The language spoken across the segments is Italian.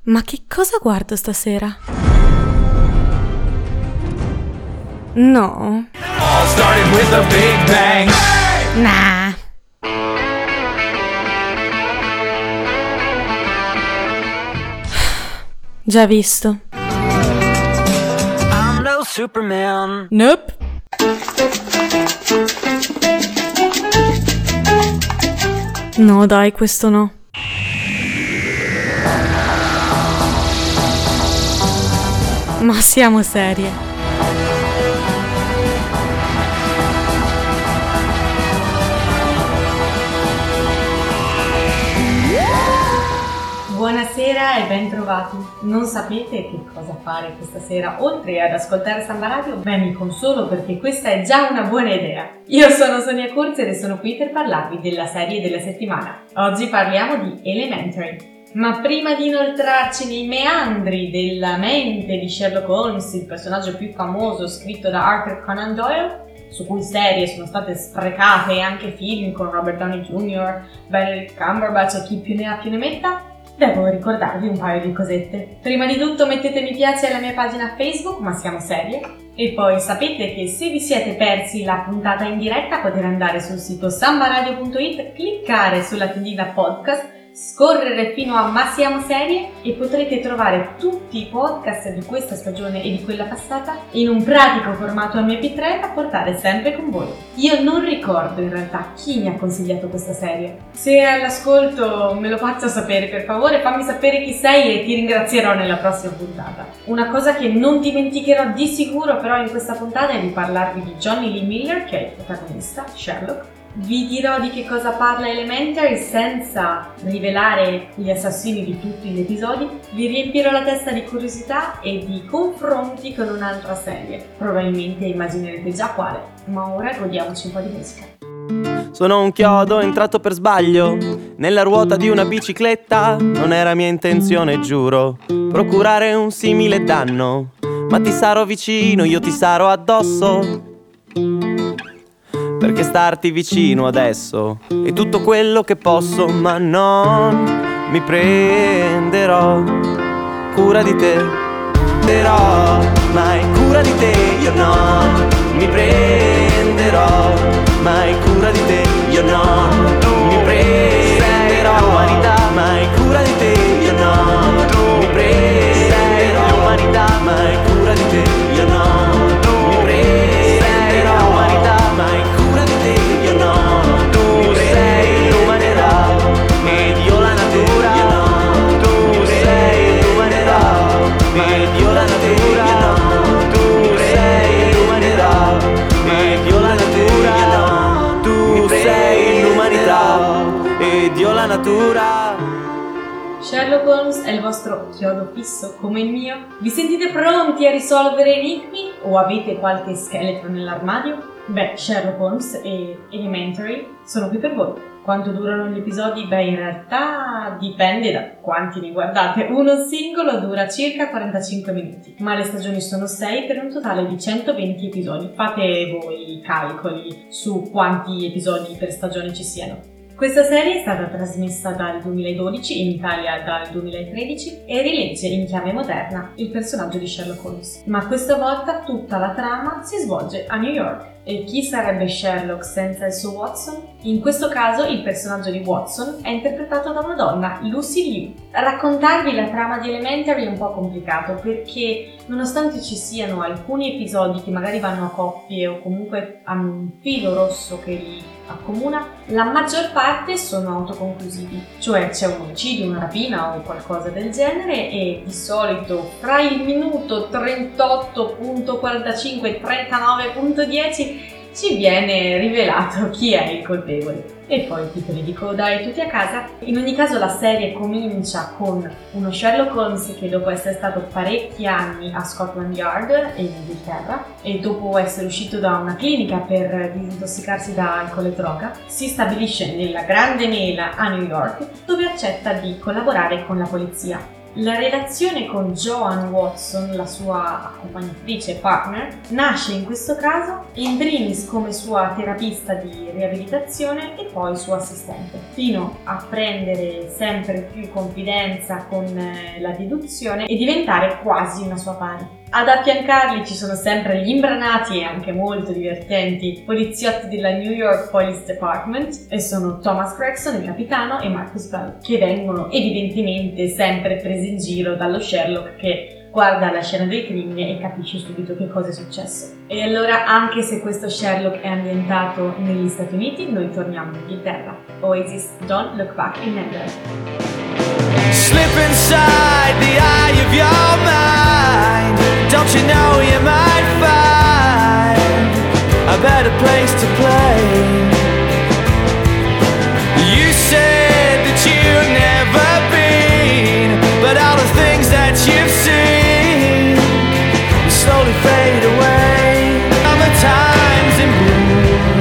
Ma che cosa guardo stasera? No. All started with a big bang. Nah. Già visto. I'm no Superman. Nope. No, dai, questo no. Ma siamo serie. Buonasera e bentrovati. Non sapete che cosa fare questa sera oltre ad ascoltare Samba Radio? Beh, mi consolo perché questa è già una buona idea. Io sono Sonia Kurzer e sono qui per parlarvi della serie della settimana. Oggi parliamo di Elementary. Ma prima di inoltrarci nei meandri della mente di Sherlock Holmes, il personaggio più famoso scritto da Arthur Conan Doyle, su cui serie sono state sprecate e anche film con Robert Downey Jr., Benedict Cumberbatch e chi più ne ha più ne metta, devo ricordarvi un paio di cosette. Prima di tutto mettete mi piace alla mia pagina Facebook, ma siamo serie. E poi sapete che se vi siete persi la puntata in diretta potete andare sul sito sambaradio.it, cliccare sulla tendina podcast, scorrere fino a Ma siamo serie e potrete trovare tutti i podcast di questa stagione e di quella passata in un pratico formato MP3 da portare sempre con voi. Io non ricordo in realtà chi mi ha consigliato questa serie. Se è all'ascolto me lo faccia sapere per favore, fammi sapere chi sei e ti ringrazierò nella prossima puntata. Una cosa che non dimenticherò di sicuro però in questa puntata è di parlarvi di Jonny Lee Miller, che è il protagonista, Sherlock. Vi dirò di che cosa parla Elementary senza rivelare gli assassini di tutti gli episodi, vi riempirò la testa di curiosità e di confronti con un'altra serie. Probabilmente immaginerete già quale, ma ora godiamoci un po' di musica. Sono un chiodo entrato per sbaglio nella ruota di una bicicletta. Non era mia intenzione, giuro, procurare un simile danno, ma ti sarò vicino, io ti sarò addosso, perché starti vicino adesso è tutto quello che posso, ma non mi prenderò cura di te. Però mai cura di te, io non mi prenderò mai cura di te, io non mi prenderò l'umanità, mai cura di te, io non mi prenderò l'umanità, mai cura di te, io non mi prenderò l'umanità, mai cura di te, io non tu sei l'umanità ed io la natura, io non tu sei l'umanità ed io la natura, io non tu sei l'umanità ed io la natura, io non tu sei l'umanità ed io la natura. Sherlock Holmes è il vostro chiodo fisso come il mio? Vi sentite pronti a risolvere enigmi o avete qualche scheletro nell'armadio? Beh, Sherlock Holmes e Elementary sono qui per voi. Quanto durano gli episodi? Beh, in realtà dipende da quanti ne guardate. Uno singolo dura circa 45 minuti, ma le stagioni sono 6 per un totale di 120 episodi. Fate voi i calcoli su quanti episodi per stagione ci siano. Questa serie è stata trasmessa dal 2012, in Italia dal 2013, e rilegge in chiave moderna il personaggio di Sherlock Holmes. Ma questa volta tutta la trama si svolge a New York. E chi sarebbe Sherlock senza il suo Watson? In questo caso il personaggio di Watson è interpretato da una donna, Lucy Liu. Raccontarvi la trama di Elementary è un po' complicato perché nonostante ci siano alcuni episodi che magari vanno a coppie o comunque hanno un filo rosso che li accomuna, la maggior parte sono autoconclusivi, cioè c'è un omicidio, una rapina o qualcosa del genere e di solito fra il minuto 38.45 e 39.10 ci viene rivelato chi è il colpevole. E poi titoli di coda e tutti a casa. In ogni caso la serie comincia con uno Sherlock Holmes che dopo essere stato parecchi anni a Scotland Yard in Inghilterra e dopo essere uscito da una clinica per disintossicarsi da alcol e droga, si stabilisce nella Grande Mela a New York dove accetta di collaborare con la polizia. La relazione con Joan Watson, la sua accompagnatrice e partner, nasce in questo caso in primis come sua terapista di riabilitazione e poi suo assistente, fino a prendere sempre più confidenza con la deduzione e diventare quasi una sua pari. Ad affiancarli ci sono sempre gli imbranati e anche molto divertenti poliziotti della New York Police Department, e sono Thomas Gregson, il capitano, e Marcus Bell, che vengono evidentemente sempre presi in giro dallo Sherlock, che guarda la scena del crimine e capisce subito che cosa è successo. E allora, anche se questo Sherlock è ambientato negli Stati Uniti, noi torniamo in Inghilterra. Oasis, Don't Look Back in Anger. Slip inside the eye of your mind. Don't you know you might find a better place to play? You said that you've never been, but all the things that you've seen will slowly fade away. Summertime's in bloom.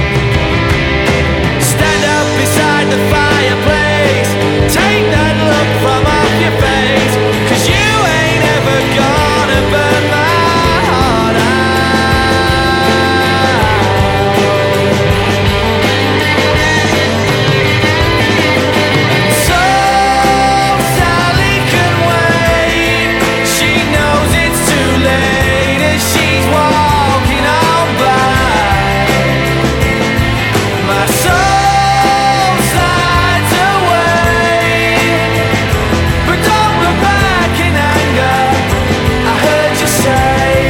Stand up beside the fireplace. Take that look from off your face, 'cause you ain't ever gonna burn my heart out. So Sally can wait. She knows it's too late as she's walking on by. My soul slides away, but don't look back in anger, I heard you say.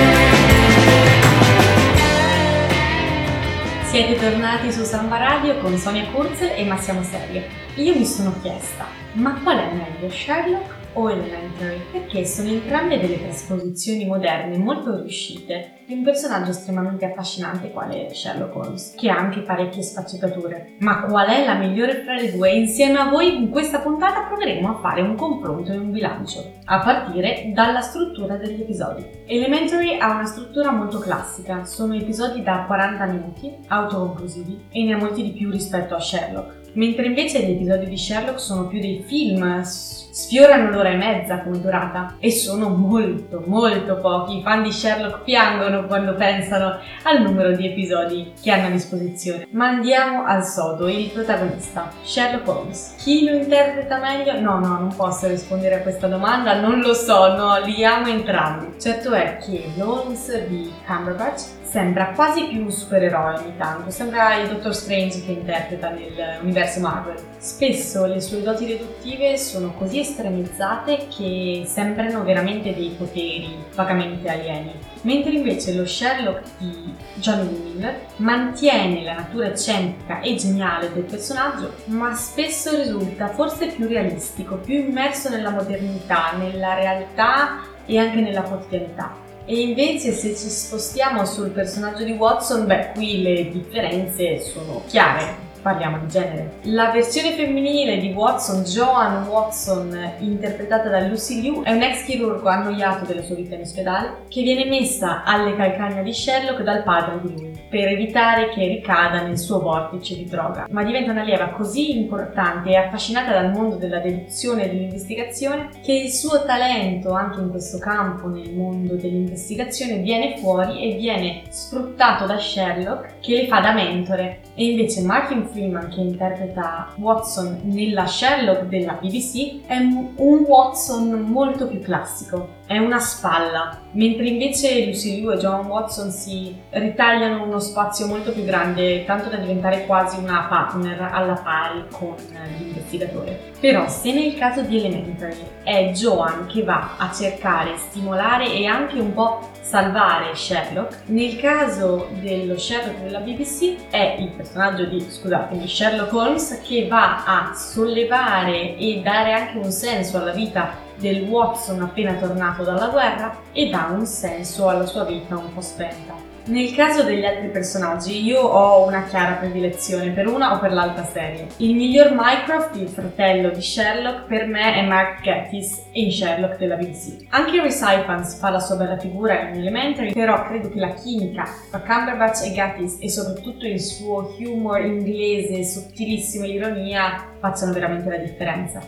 Siete tornati su Samba Radio con Sonia Kurzel e Massimo Serie. Io mi sono chiesta, ma qual è meglio, Sherlock o Elementary? Perché sono entrambe delle trasposizioni moderne molto riuscite di un personaggio estremamente affascinante quale Sherlock Holmes, che ha anche parecchie sfaccettature. Ma qual è la migliore fra le due? Insieme a voi in questa puntata proveremo a fare un confronto e un bilancio, a partire dalla struttura degli episodi. Elementary ha una struttura molto classica, sono episodi da 40 minuti, autoconclusivi, e ne ha molti di più rispetto a Sherlock. Mentre invece gli episodi di Sherlock sono più dei film, sfiorano l'ora e mezza come durata e sono molto pochi. I fan di Sherlock piangono quando pensano al numero di episodi che hanno a disposizione. Ma andiamo al sodo, il protagonista, Sherlock Holmes. Chi lo interpreta meglio? No, non posso rispondere a questa domanda, non lo so, no, li amo entrambi. Certo è che l'Holmes di Cumberbatch sembra quasi più un supereroe ogni tanto, sembra il Dottor Strange che interpreta nell'universo Marvel. Spesso le sue doti deduttive sono così estremizzate che sembrano veramente dei poteri vagamente alieni, mentre invece lo Sherlock di Johnny Miller mantiene la natura eccentrica e geniale del personaggio, ma spesso risulta forse più realistico, più immerso nella modernità, nella realtà e anche nella quotidianità. E invece se ci spostiamo sul personaggio di Watson, qui le differenze sono chiare. Parliamo di genere. La versione femminile di Watson, Joan Watson, interpretata da Lucy Liu, è un ex chirurgo annoiato della sua vita in ospedale che viene messa alle calcagna di Sherlock dal padre di lui per evitare che ricada nel suo vortice di droga. Ma diventa un'allieva così importante e affascinata dal mondo della deduzione e dell'investigazione che il suo talento anche in questo campo, nel mondo dell'investigazione, viene fuori e viene sfruttato da Sherlock, che le fa da mentore. E invece Martin Freeman, che interpreta Watson nella Sherlock della BBC, è un Watson molto più classico, è una spalla, mentre invece Lucy Liu e Joan Watson si ritagliano uno spazio molto più grande, tanto da diventare quasi una partner alla pari con l'investigatore. Però se nel caso di Elementary è Joan che va a cercare, stimolare e anche un po' salvare Sherlock, nel caso dello Sherlock della BBC è il personaggio di Sherlock Holmes che va a sollevare e dare anche un senso alla vita del Watson appena tornato dalla guerra e dà un senso alla sua vita un po' spenta. Nel caso degli altri personaggi io ho una chiara predilezione per una o per l'altra serie. Il miglior Mycroft, il fratello di Sherlock, per me è Mark Gatiss in Sherlock della BBC. Anche Rhys Ifans fa la sua bella figura in Elementary, però credo che la chimica tra Cumberbatch e Gatiss e soprattutto il suo humor inglese, sottilissimo e l'ironia facciano veramente la differenza.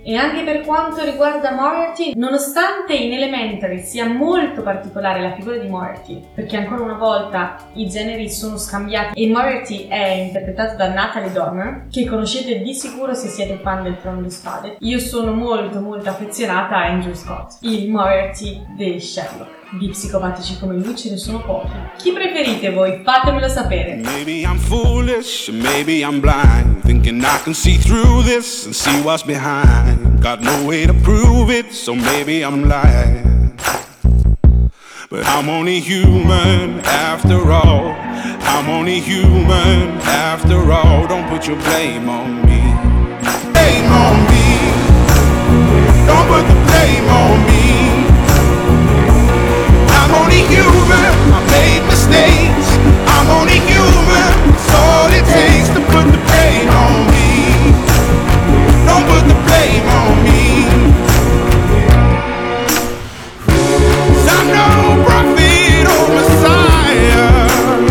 E anche per quanto riguarda Moriarty, nonostante in Elementary sia molto particolare la figura di Moriarty, perché ancora una volta i generi sono scambiati e Moriarty è interpretato da Natalie Dormer, che conoscete di sicuro se siete fan del Trono di Spade, io sono molto affezionata a Andrew Scott, il Moriarty di Sherlock. Di psicopatici come lui ce ne sono pochi. Chi preferite voi? Fatemelo sapere. Maybe I'm foolish, maybe I'm blind, thinking I can see through this and see what's behind. Got no way to prove it, so maybe I'm lying. But I'm only human after all. I'm only human after all. Don't put your blame on me. Blame on me. Don't put the blame on me. I'm only human, I made mistakes. I'm only human, it's all it takes to put the blame on me. Don't put the blame on me. 'Cause I'm no prophet or Messiah.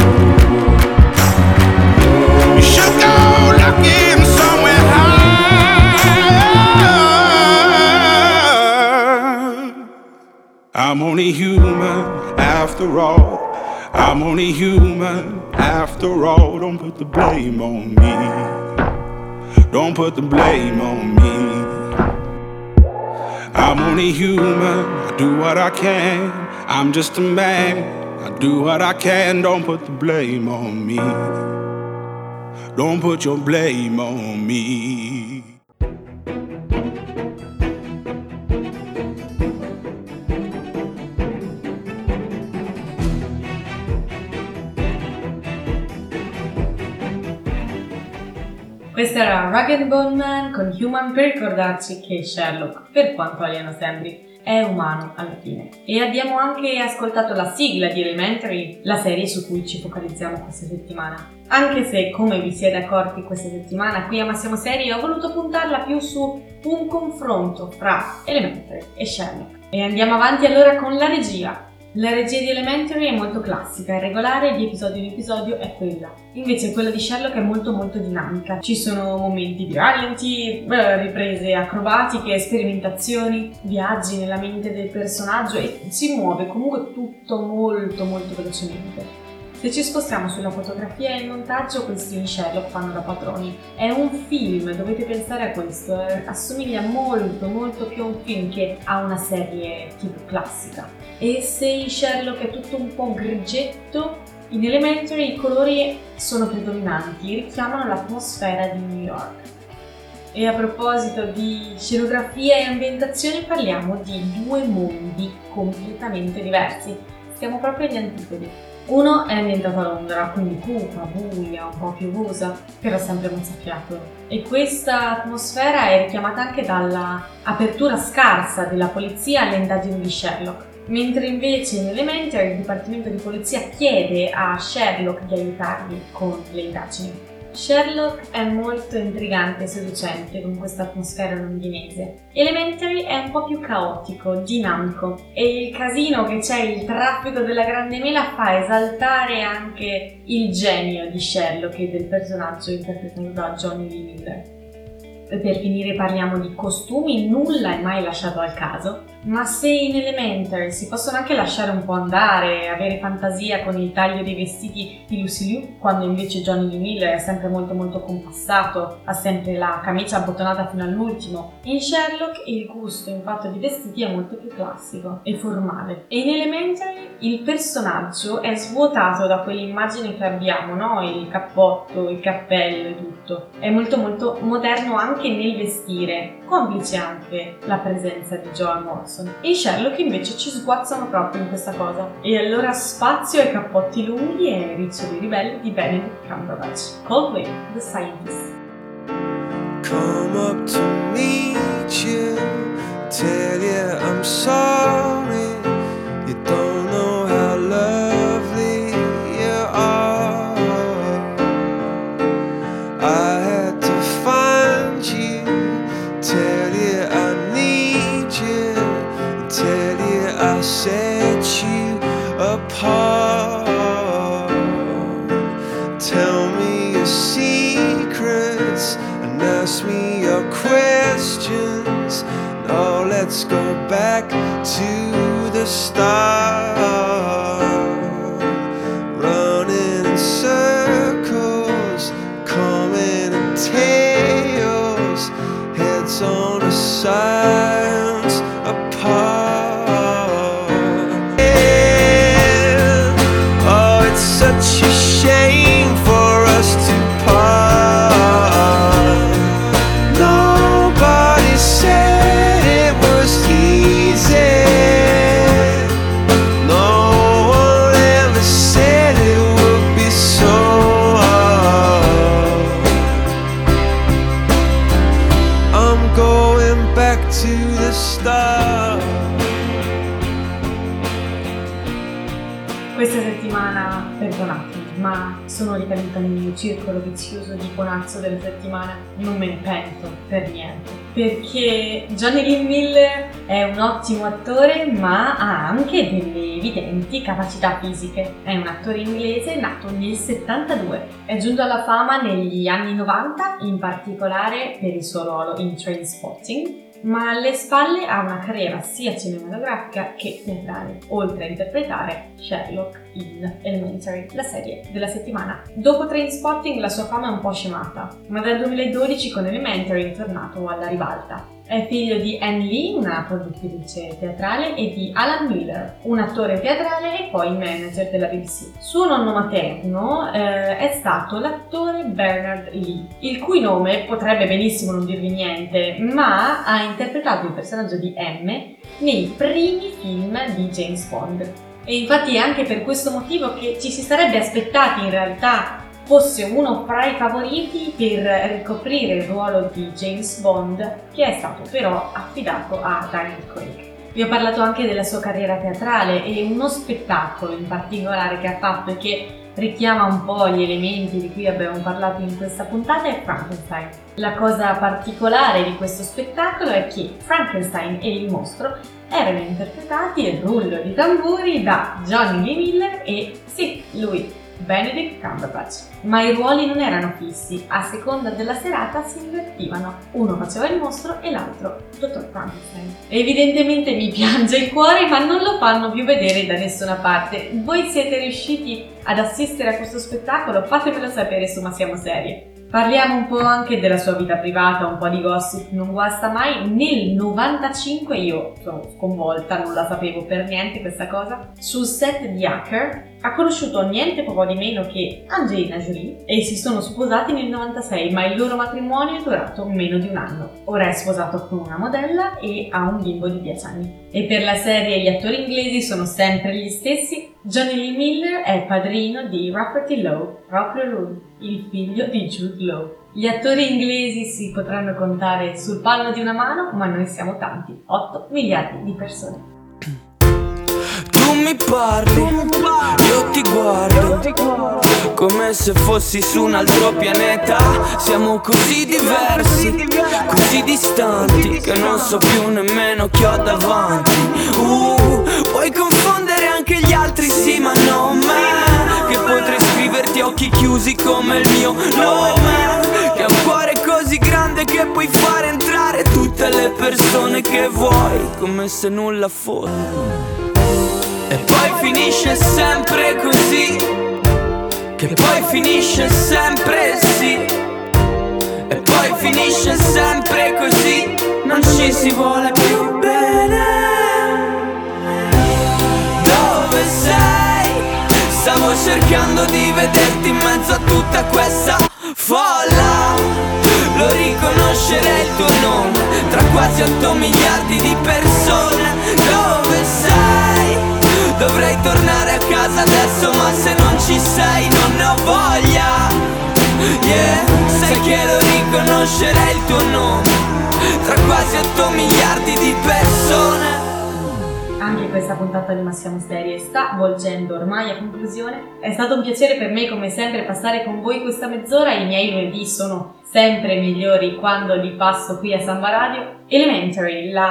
You should go looking somewhere higher. I'm only human after all. I'm only human after all. Don't put the blame on me. Don't put the blame on me. I'm only human, I do what I can. I'm just a man, I do what I can. Don't put the blame on me. Don't put your blame on me. Questa era Rag & Bone Man con Human, per ricordarci che Sherlock, per quanto alieno sembri, è umano alla fine. E abbiamo anche ascoltato la sigla di Elementary, la serie su cui ci focalizziamo questa settimana. Anche se, come vi siete accorti questa settimana, qui a Massiamo Serie ho voluto puntarla più su un confronto fra Elementary e Sherlock. E andiamo avanti allora con la regia. La regia di Elementary è molto classica, è regolare, di episodio in episodio è quella. Invece quella di Sherlock è molto dinamica. Ci sono momenti di rallenti, riprese acrobatiche, sperimentazioni, viaggi nella mente del personaggio e si muove comunque tutto molto velocemente. Se ci spostiamo sulla fotografia e il montaggio, questi in Sherlock fanno da padroni. È un film, dovete pensare a questo, assomiglia molto più a un film che a una serie TV classica. E se in Sherlock è tutto un po' grigetto, in Elementary i colori sono predominanti, richiamano l'atmosfera di New York. E a proposito di scenografia e ambientazioni, parliamo di due mondi completamente diversi. Siamo proprio agli antipodi. Uno è ambientato a Londra, quindi cupa, buia, un po' piovosa, però sempre mozzafiato. E questa atmosfera è richiamata anche dalla apertura scarsa della polizia alle indagini di Sherlock. Mentre invece in Elementary il dipartimento di polizia chiede a Sherlock di aiutarli con le indagini. Sherlock è molto intrigante e seducente con questa atmosfera londinese. Elementary è un po' più caotico, dinamico e il casino che c'è, il traffico della grande mela fa esaltare anche il genio di Sherlock e del personaggio interpretato da Johnny Lee Miller. Per finire parliamo di costumi, nulla è mai lasciato al caso, ma se in Elementary si possono anche lasciare un po' andare, avere fantasia con il taglio dei vestiti di Lucy Liu, quando invece Johnny Lee Miller è sempre molto compassato, ha sempre la camicia abbottonata fino all'ultimo, in Sherlock il gusto in fatto di vestiti è molto più classico e formale. E in Elementary il personaggio è svuotato da quell'immagine che abbiamo, no? Il cappotto, il cappello e tutto. È molto moderno anche nel vestire, complice anche la presenza di Joan Watson. In Sherlock invece ci sguazzano proprio in questa cosa. E allora spazio ai cappotti lunghi e riccioli ribelli di Benedict Cumberbatch. Coldplay, The Scientist. Come up to meet you, tell you I'm sorry. You don't know how lovely you are. I had to find you, tell you I need you, tell you I set you apart. Tell me your secrets and ask me your questions. Let's go back to the start. Running in circles, coming in tails, heads on the sides apart. And, oh, it's such a shame for us to part. Nobody said it was easy. No one ever said it would be so hard. I'm going back to the start. Questa settimana, perdonatemi, ma sono ricaduta nel mio circolo vizioso di buonazzo della settimana. Non me ne pento per niente, perché Jonny Lee Miller è un ottimo attore, ma ha anche delle evidenti capacità fisiche. È un attore inglese nato nel 72. È giunto alla fama negli anni 90, in particolare per il suo ruolo in Trainspotting, ma alle spalle ha una carriera sia cinematografica che teatrale, oltre a interpretare Sherlock in Elementary, la serie della settimana. Dopo Trainspotting la sua fama è un po' scemata, ma dal 2012 con Elementary è tornato alla ribalta. È figlio di Anne Lee, una produttrice teatrale, e di Alan Miller, un attore teatrale e poi manager della BBC. Suo nonno materno è stato l'attore Bernard Lee, il cui nome potrebbe benissimo non dirvi niente, ma ha interpretato il personaggio di M nei primi film di James Bond. E infatti è anche per questo motivo che ci si sarebbe aspettati in realtà fosse uno fra i favoriti per ricoprire il ruolo di James Bond, che è stato però affidato a Daniel Craig. Vi ho parlato anche della sua carriera teatrale e uno spettacolo in particolare che ha fatto e che richiama un po' gli elementi di cui abbiamo parlato in questa puntata è Frankenstein. La cosa particolare di questo spettacolo è che Frankenstein e il mostro erano interpretati, il rullo di tamburi, da Jonny Lee Miller e, sì, lui, Benedict Cumberbatch. Ma i ruoli non erano fissi, a seconda della serata si invertivano. Uno faceva il mostro e l'altro Dottor Frankenstein. Evidentemente mi piange il cuore, ma non lo fanno più vedere da nessuna parte. Voi siete riusciti ad assistere a questo spettacolo? Fatemelo sapere su Ma Siamo Serie. Parliamo un po' anche della sua vita privata, un po' di gossip, non guasta mai. Nel 95, io sono sconvolta, non la sapevo per niente questa cosa, sul set di Hacker ha conosciuto niente poco di meno che Angelina Jolie e si sono sposati nel 96, ma il loro matrimonio è durato meno di un anno. Ora è sposato con una modella e ha un bimbo di 10 anni. E per la serie gli attori inglesi sono sempre gli stessi. Jonny Lee Miller è il padrino di Rafferty Lowe, proprio lui, il figlio di Jude Law. Gli attori inglesi si potranno contare sul palmo di una mano, ma noi siamo tanti, 8 miliardi di persone. Tu mi parli, io ti guardo, come se fossi su un altro pianeta. Siamo così diversi, così distanti, che non so più nemmeno chi ho davanti. Puoi confondere anche gli altri, sì ma non me, che potrei scriverti a occhi chiusi come il mio nome, che ha un cuore così grande che puoi fare entrare tutte le persone che vuoi, come se nulla fosse. E poi finisce sempre così, che poi finisce sempre sì, e poi finisce sempre così, non ci si vuole più bene. Dove sei? Stavo cercando di vederti in mezzo a tutta questa folla. Lo riconoscerei il tuo nome tra quasi 8 miliardi di persone. Dove sei? Dovrei tornare a casa adesso, ma se non ci sei non ne ho voglia. Yeah, sai che lo riconoscerei il tuo nome tra quasi 8 miliardi di persone. Anche questa puntata di Ma Siamo Serie sta volgendo ormai a conclusione. È stato un piacere per me come sempre passare con voi questa mezz'ora. I miei lunedì sono sempre migliori quando li passo qui a Samba Radio. Elementary, la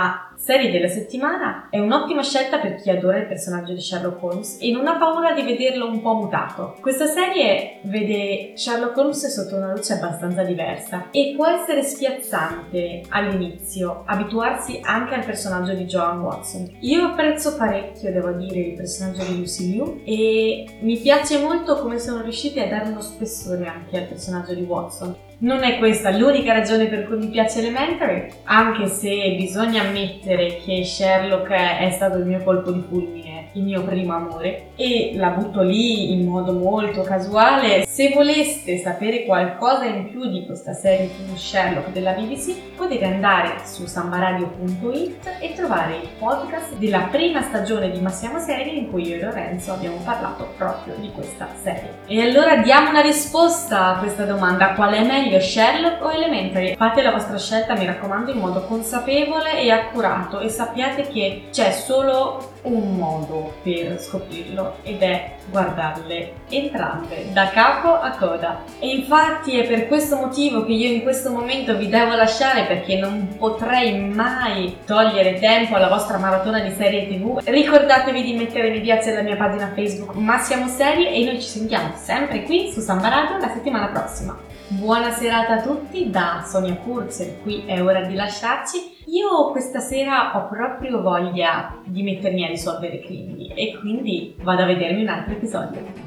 serie della settimana è un'ottima scelta per chi adora il personaggio di Sherlock Holmes e non ha paura di vederlo un po' mutato. Questa serie vede Sherlock Holmes sotto una luce abbastanza diversa e può essere spiazzante all'inizio abituarsi anche al personaggio di Joan Watson. Io apprezzo parecchio, devo dire, il personaggio di Lucy Liu e mi piace molto come sono riusciti a dare uno spessore anche al personaggio di Watson. Non è questa l'unica ragione per cui mi piace Elementary, anche se bisogna ammettere che Sherlock è stato il mio colpo di fulmine, il mio primo amore, e la butto lì in modo molto casuale. Se voleste sapere qualcosa in più di questa serie TV Sherlock della BBC, potete andare su sambaradio.it e trovare il podcast della prima stagione di Ma siamo seri, in cui io e Lorenzo abbiamo parlato proprio di questa serie. E allora diamo una risposta a questa domanda: qual è meglio, Sherlock o Elementary? Fate la vostra scelta, mi raccomando, in modo consapevole e accurato, e sappiate che c'è solo un modo per scoprirlo, ed è guardarle entrambe da capo a coda. E infatti è per questo motivo che io in questo momento vi devo lasciare, perché non potrei mai togliere tempo alla vostra maratona di serie TV. Ricordatevi di mettere mi piace alla mia pagina Facebook Ma siamo seri, e noi ci sentiamo sempre qui su Samba Radio la settimana prossima. Buona serata a tutti da Sonia Kurzer, qui è ora di lasciarci. Io questa sera ho proprio voglia di mettermi a risolvere crimini e quindi vado a vedermi un altro episodio.